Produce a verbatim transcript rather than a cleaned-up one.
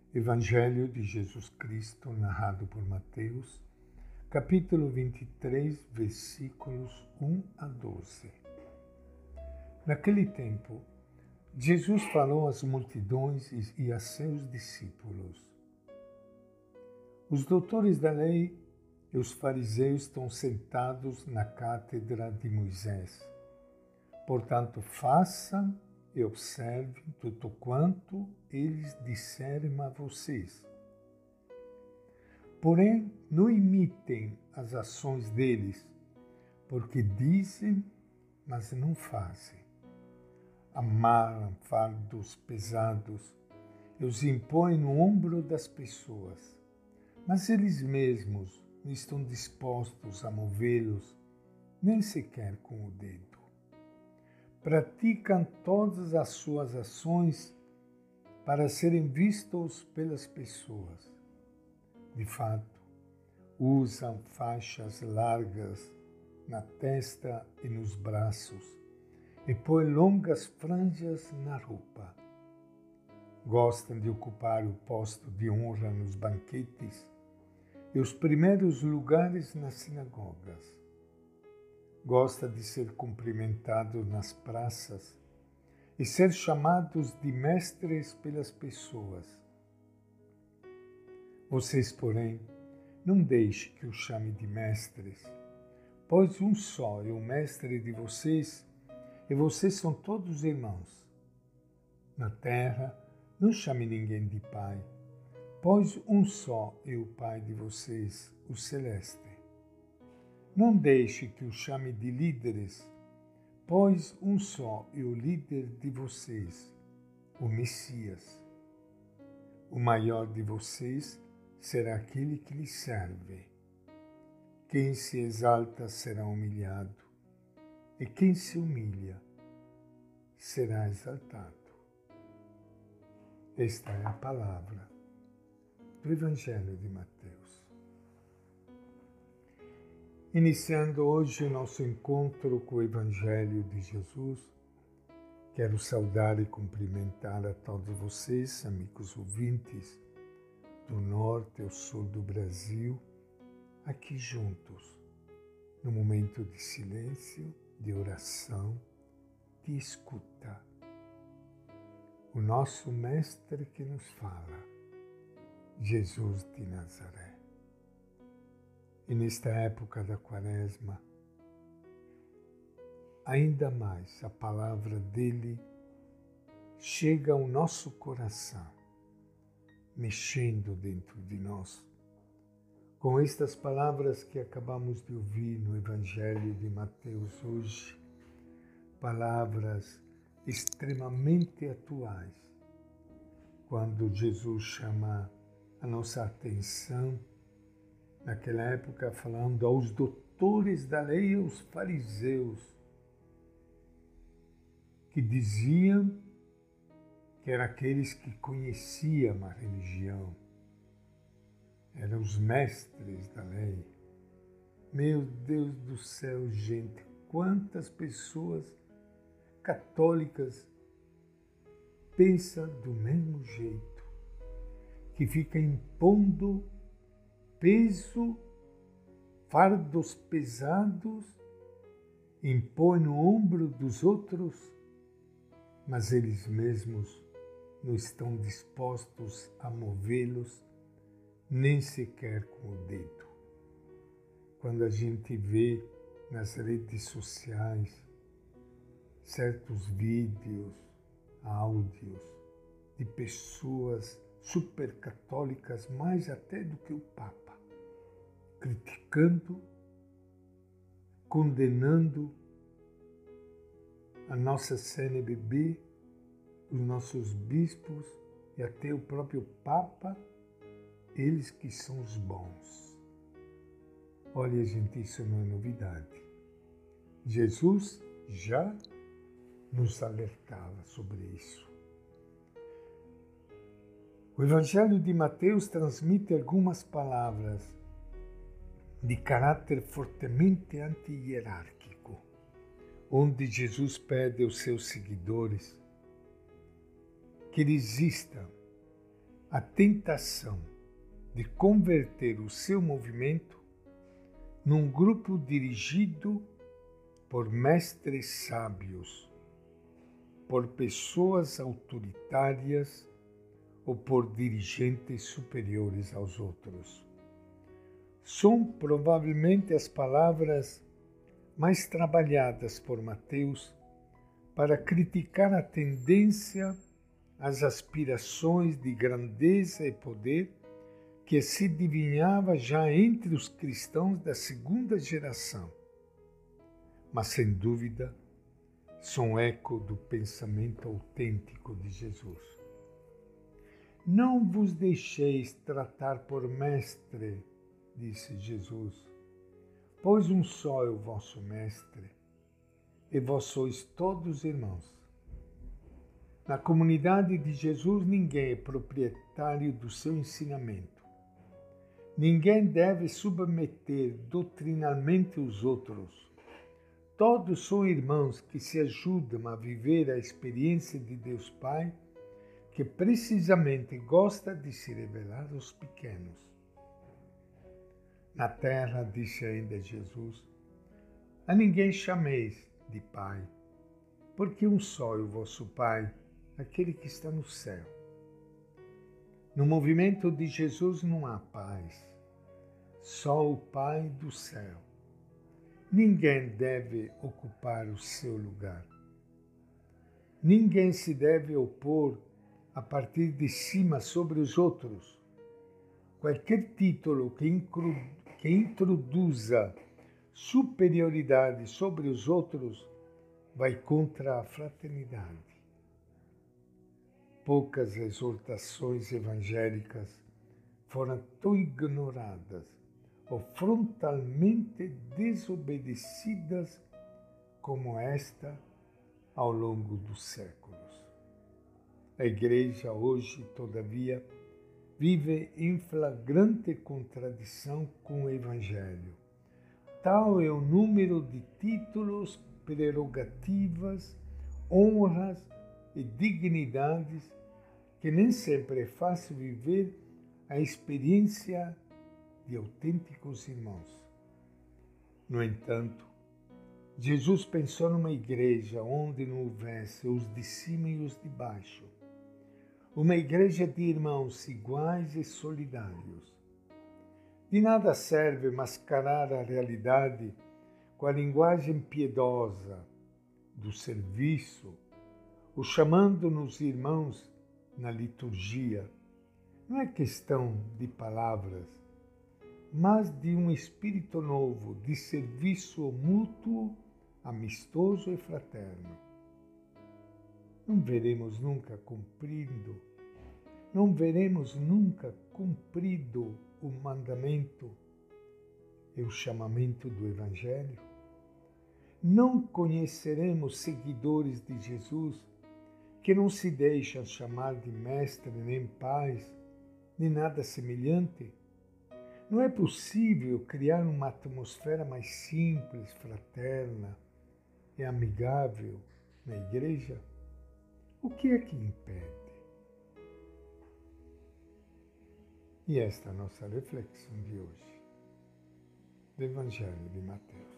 Evangelho de Jesus Cristo, narrado por Mateus, capítulo vinte e três, versículos um a doze. Naquele tempo, Jesus falou às multidões e a seus discípulos: Os doutores da lei e os fariseus estão sentados na cátedra de Moisés. Portanto, façam e observem tudo quanto eles disserem a vocês. Porém, não imitem as ações deles, porque dizem, mas não fazem. Amarram fardos pesados e os impõem no ombro das pessoas, mas eles mesmos não estão dispostos a movê-los, nem sequer com o dedo. Praticam todas as suas ações para serem vistos pelas pessoas. De fato, usam faixas largas na testa e nos braços e põem longas franjas na roupa. Gostam de ocupar o posto de honra nos banquetes e os primeiros lugares nas sinagogas. Gosta de ser cumprimentado nas praças e ser chamados de mestres pelas pessoas. Vocês, porém, não deixem que o chame de mestres, pois um só é o mestre de vocês e vocês são todos irmãos. Na terra, não chame ninguém de pai, pois um só é o Pai de vocês, o Celeste. Não deixe que o chame de líderes, pois um só é o líder de vocês, o Messias. O maior de vocês será aquele que lhe serve. Quem se exalta será humilhado, e quem se humilha será exaltado. Esta é a palavra do Evangelho de Mateus. Iniciando hoje o nosso encontro com o Evangelho de Jesus, quero saudar e cumprimentar a todos vocês, amigos ouvintes, do norte ao sul do Brasil, aqui juntos, no momento de silêncio, de oração, de escuta. O nosso Mestre que nos fala, Jesus de Nazaré. E nesta época da Quaresma, ainda mais a palavra dele chega ao nosso coração, mexendo dentro de nós. Com estas palavras que acabamos de ouvir no Evangelho de Mateus hoje, palavras extremamente atuais, quando Jesus chama a nossa atenção, naquela época falando aos doutores da lei e aos fariseus, que diziam que eram aqueles que conheciam a religião, eram os mestres da lei. Meu Deus do céu, gente, quantas pessoas católicas pensam do mesmo jeito, que fica impondo peso, fardos pesados, impõe no ombro dos outros, mas eles mesmos não estão dispostos a movê-los, nem sequer com o dedo. Quando a gente vê nas redes sociais certos vídeos, áudios de pessoas super católicas, mais até do que o Papa, criticando, condenando a nossa C N B B, os nossos bispos e até o próprio Papa, eles que são os bons. Olha, gente, isso não é novidade. Jesus já nos alertava sobre isso. O Evangelho de Mateus transmite algumas palavras de caráter fortemente anti-hierárquico, onde Jesus pede aos seus seguidores que resistam a tentação de converter o seu movimento num grupo dirigido por mestres sábios, por pessoas autoritárias ou por dirigentes superiores aos outros. São provavelmente as palavras mais trabalhadas por Mateus para criticar a tendência às aspirações de grandeza e poder que se adivinhava já entre os cristãos da segunda geração. Mas, sem dúvida, são eco do pensamento autêntico de Jesus. Não vos deixeis tratar por mestre, disse Jesus, pois um só é o vosso mestre, e vós sois todos irmãos. Na comunidade de Jesus, ninguém é proprietário do seu ensinamento. Ninguém deve submeter doutrinalmente os outros. Todos são irmãos que se ajudam a viver a experiência de Deus Pai, que precisamente gosta de se revelar aos pequenos. Na terra, disse ainda Jesus, a ninguém chameis de Pai, porque um só é o vosso Pai, aquele que está no céu. No movimento de Jesus não há paz, só o Pai do céu. Ninguém deve ocupar o seu lugar. Ninguém se deve opor a partir de cima sobre os outros. Qualquer título que, incru, que introduza superioridade sobre os outros vai contra a fraternidade. Poucas exortações evangélicas foram tão ignoradas ou frontalmente desobedecidas como esta ao longo dos séculos. A Igreja hoje, todavia, vive em flagrante contradição com o Evangelho. Tal é o número de títulos, prerrogativas, honras e dignidades que nem sempre é fácil viver a experiência de autênticos irmãos. No entanto, Jesus pensou numa igreja onde não houvesse os de cima e os de baixo, uma igreja de irmãos iguais e solidários. De nada serve mascarar a realidade com a linguagem piedosa do serviço, ou chamando-nos irmãos na liturgia. Não é questão de palavras, mas de um espírito novo, de serviço mútuo, amistoso e fraterno. Não veremos nunca cumprindo, não veremos nunca cumprido o mandamento e o chamamento do Evangelho. Não conheceremos seguidores de Jesus que não se deixam chamar de mestre, nem pais, nem nada semelhante. Não é possível criar uma atmosfera mais simples, fraterna e amigável na igreja? O que é que impede? E esta é a nossa reflexão de hoje, do Evangelho de Mateus.